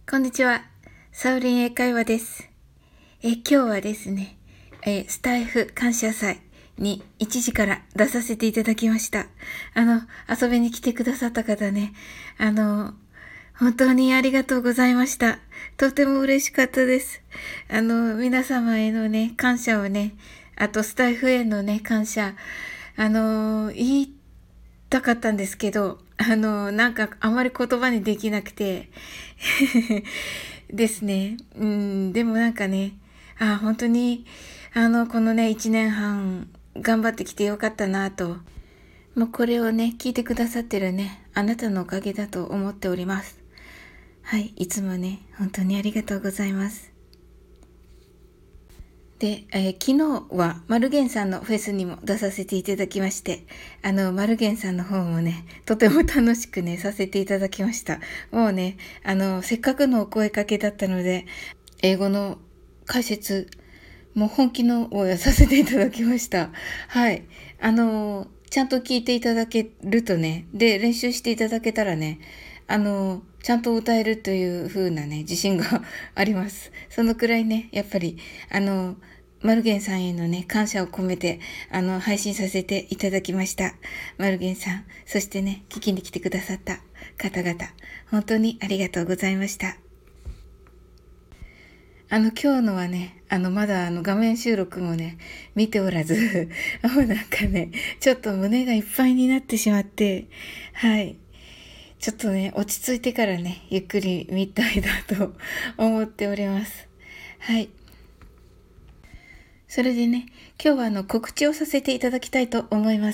こんにちは。サウリン英会話です。今日はですね、スタイフ感謝祭に1時から出させていただきました。遊びに来てくださった方ね、本当にありがとうございました。とても嬉しかったです。皆様へのね、感謝をね、あとスタイフへのね、感謝、言いたかったんですけど、なんかあまり言葉にできなくてですね。でもなんかね、本当に、このね、1年半頑張ってきてよかったなと。もうこれをね、聞いてくださってるね、あなたのおかげだと思っております。はい、いつもね、本当にありがとうございます。で、昨日はマルゲンさんのフェスにも出させていただきまして、マルゲンさんの方もね、とても楽しくね、させていただきました。もうね、せっかくのお声かけだったので、英語の解説、もう本気のをやさせていただきました。はい。ちゃんと聞いていただけるとね、で、練習していただけたらね、ちゃんと歌えるという風なね、自信があります。そのくらいね、やっぱり、マルゲンさんへのね、感謝を込めて、配信させていただきました。マルゲンさん、そしてね、聞きに来てくださった方々、本当にありがとうございました。今日のはね、まだ画面収録もね、見ておらず、もうなんかね、ちょっと胸がいっぱいになってしまって、はい。ちょっとね、落ち着いてからね、ゆっくり見たいなと思っております。はい。それでね、今日は告知をさせていただきたいと思います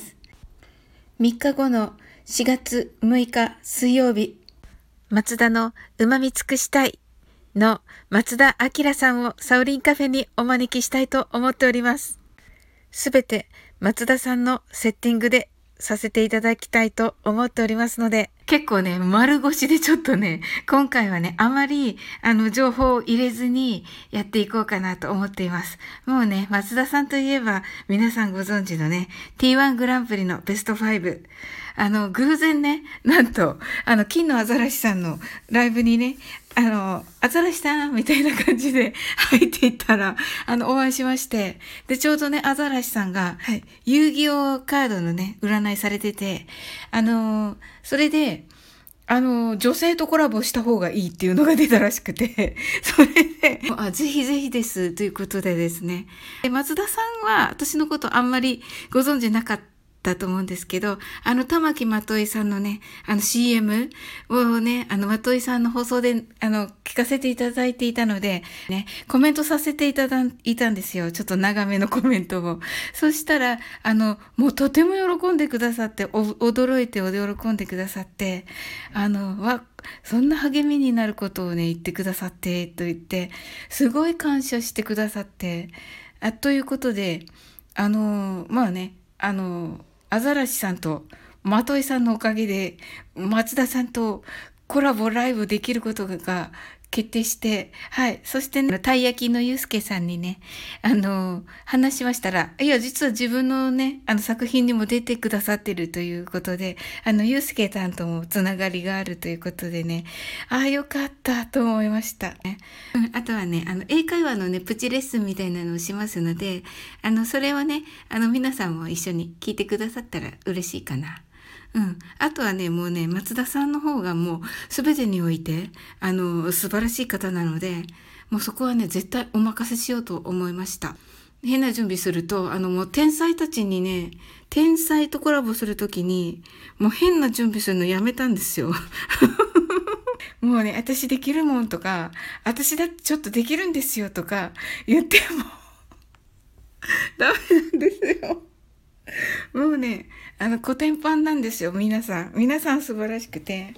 。3日後の4月6日水曜日、松田のうまみ尽くしたいの松田明さんをサウリンカフェにお招きしたいと思っております。すべて松田さんのセッティングでさせていただきたいと思っておりますので、結構ね、丸腰でちょっとね、今回はね、あまり、情報を入れずにやっていこうかなと思っています。もうね、松田さんといえば、皆さんご存知のね、T1 グランプリのベスト5。偶然ね、なんと、金のアザラシさんのライブにね、アザラシさんみたいな感じで入っていったら、お会いしまして、で、ちょうどね、アザラシさんが、はい、遊戯王カードのね、占いされてて、それで、女性とコラボした方がいいっていうのが出たらしくて、それで、ぜひぜひです、ということでですね。松田さんは私のことあんまりご存知なかったと思うんですけど、玉木まといさんのね、CM をね、まといさんの放送で、聞かせていただいていたので、ね、コメントさせていただいたんですよ。ちょっと長めのコメントを。そしたら、もうとても喜んでくださって、驚いて喜んでくださって、そんな励みになることをね、言ってくださって、と言って、すごい感謝してくださって、ということで、まあね、アザラシさんとまといさんのおかげで松田さんとコラボライブできることが決定して、はい。そしてね、たい焼きのゆうすけさんにね、話しましたら、いや、実は自分のね、作品にも出てくださってるということで、ゆうすけさんともつながりがあるということでね、よかったと思いました。あとはね、英会話のね、プチレッスンみたいなのをしますので、それをね、皆さんも一緒に聞いてくださったら嬉しいかな。あとはね、もうね、松田さんの方がもう全てにおいて、素晴らしい方なので、もうそこはね、絶対お任せしようと思いました。変な準備すると、もう天才たちにね、天才とコラボするときに、もう変な準備するのやめたんですよ。もうね、私できるもんとか、私だってちょっとできるんですよとか言ってもダメなんですよ。もうね、コテンパンなんですよ、皆さん。皆さん素晴らしくて。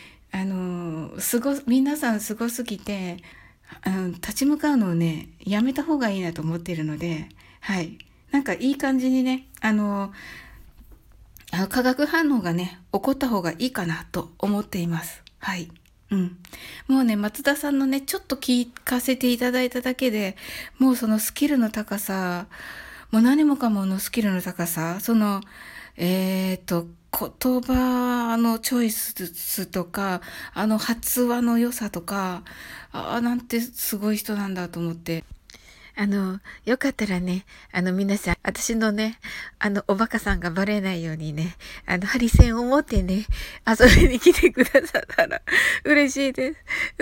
皆さんすごすぎて、立ち向かうのをね、やめた方がいいなと思っているので、はい。なんかいい感じにね、化学反応がね、起こった方がいいかなと思っています。はい。もうね、松田さんのね、ちょっと聞かせていただいただけで、もうそのスキルの高さ、もう何もかものスキルの高さ、 言葉のチョイスとか、発話の良さとか、なんてすごい人なんだと思って。よかったらね、皆さん、私のね、おバカさんがバレないようにね、ハリセンを持ってね、遊びに来てくださったら嬉しいです。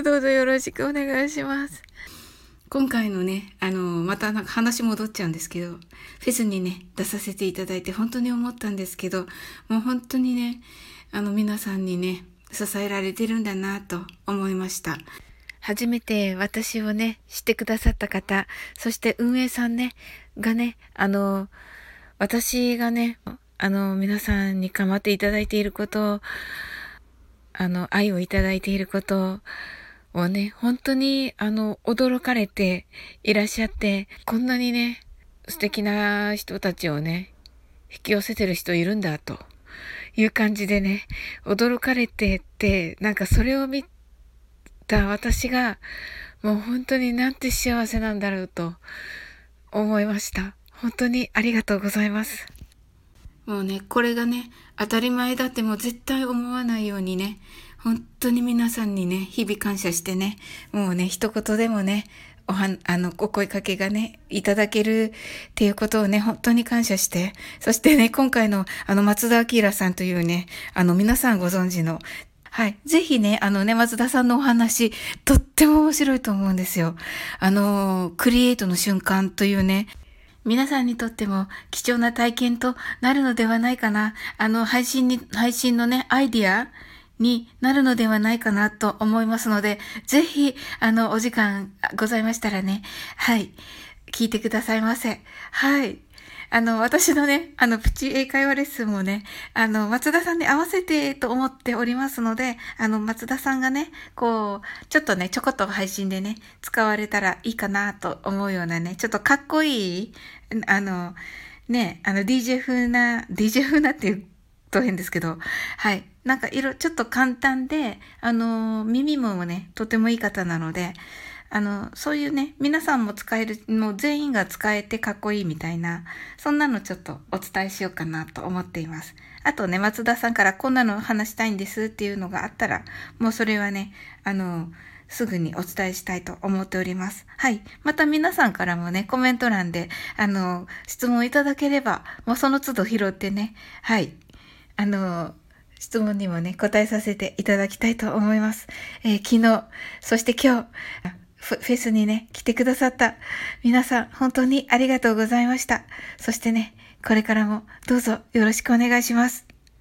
どうぞよろしくお願いします。今回のね、またなんか話戻っちゃうんですけど、フェスにね、出させていただいて本当に思ったんですけど、もう本当にね、皆さんにね、支えられてるんだなと思いました。初めて私をね、知ってくださった方、そして運営さんね、がね、私がね、皆さんに構っていただいていること、愛をいただいていることをね、本当に、驚かれていらっしゃって、こんなにね、素敵な人たちをね、引き寄せてる人いるんだ、という感じでね、驚かれてって、なんかそれを見た私が、もう本当になんて幸せなんだろうと思いました。本当にありがとうございます。もうね、これがね、当たり前だってもう絶対思わないようにね、本当に皆さんにね、日々感謝してね、もうね、一言でもね、お声かけがね、いただけるっていうことをね、本当に感謝して、そしてね、今回の松田明さんというね、皆さんご存知の、はい。ぜひね、松田さんのお話、とっても面白いと思うんですよ。クリエイトの瞬間というね、皆さんにとっても貴重な体験となるのではないかな。配信のね、アイディアになるのではないかなと思いますので、ぜひ、お時間ございましたらね、はい、聞いてくださいませ。はい。私のね、プチ英会話レッスンもね、松田さんに合わせてと思っておりますので、松田さんがね、こう、ちょっとね、ちょこっと配信でね、使われたらいいかなと思うようなね、ちょっとかっこいい、ね、DJ 風なって言うと変ですけど、はい。なんかちょっと簡単で、耳もね、とてもいい方なので、そういうね、皆さんも使える、もう全員が使えてかっこいいみたいな、そんなのちょっとお伝えしようかなと思っています。あとね、松田さんからこんなの話したいんですっていうのがあったら、もうそれはね、すぐにお伝えしたいと思っております。はい。また皆さんからもね、コメント欄で、質問いただければ、もうその都度拾ってね、はい。質問にもね、答えさせていただきたいと思います。昨日、そして今日、フェスにね、来てくださった皆さん、本当にありがとうございました。そしてね、これからもどうぞよろしくお願いします。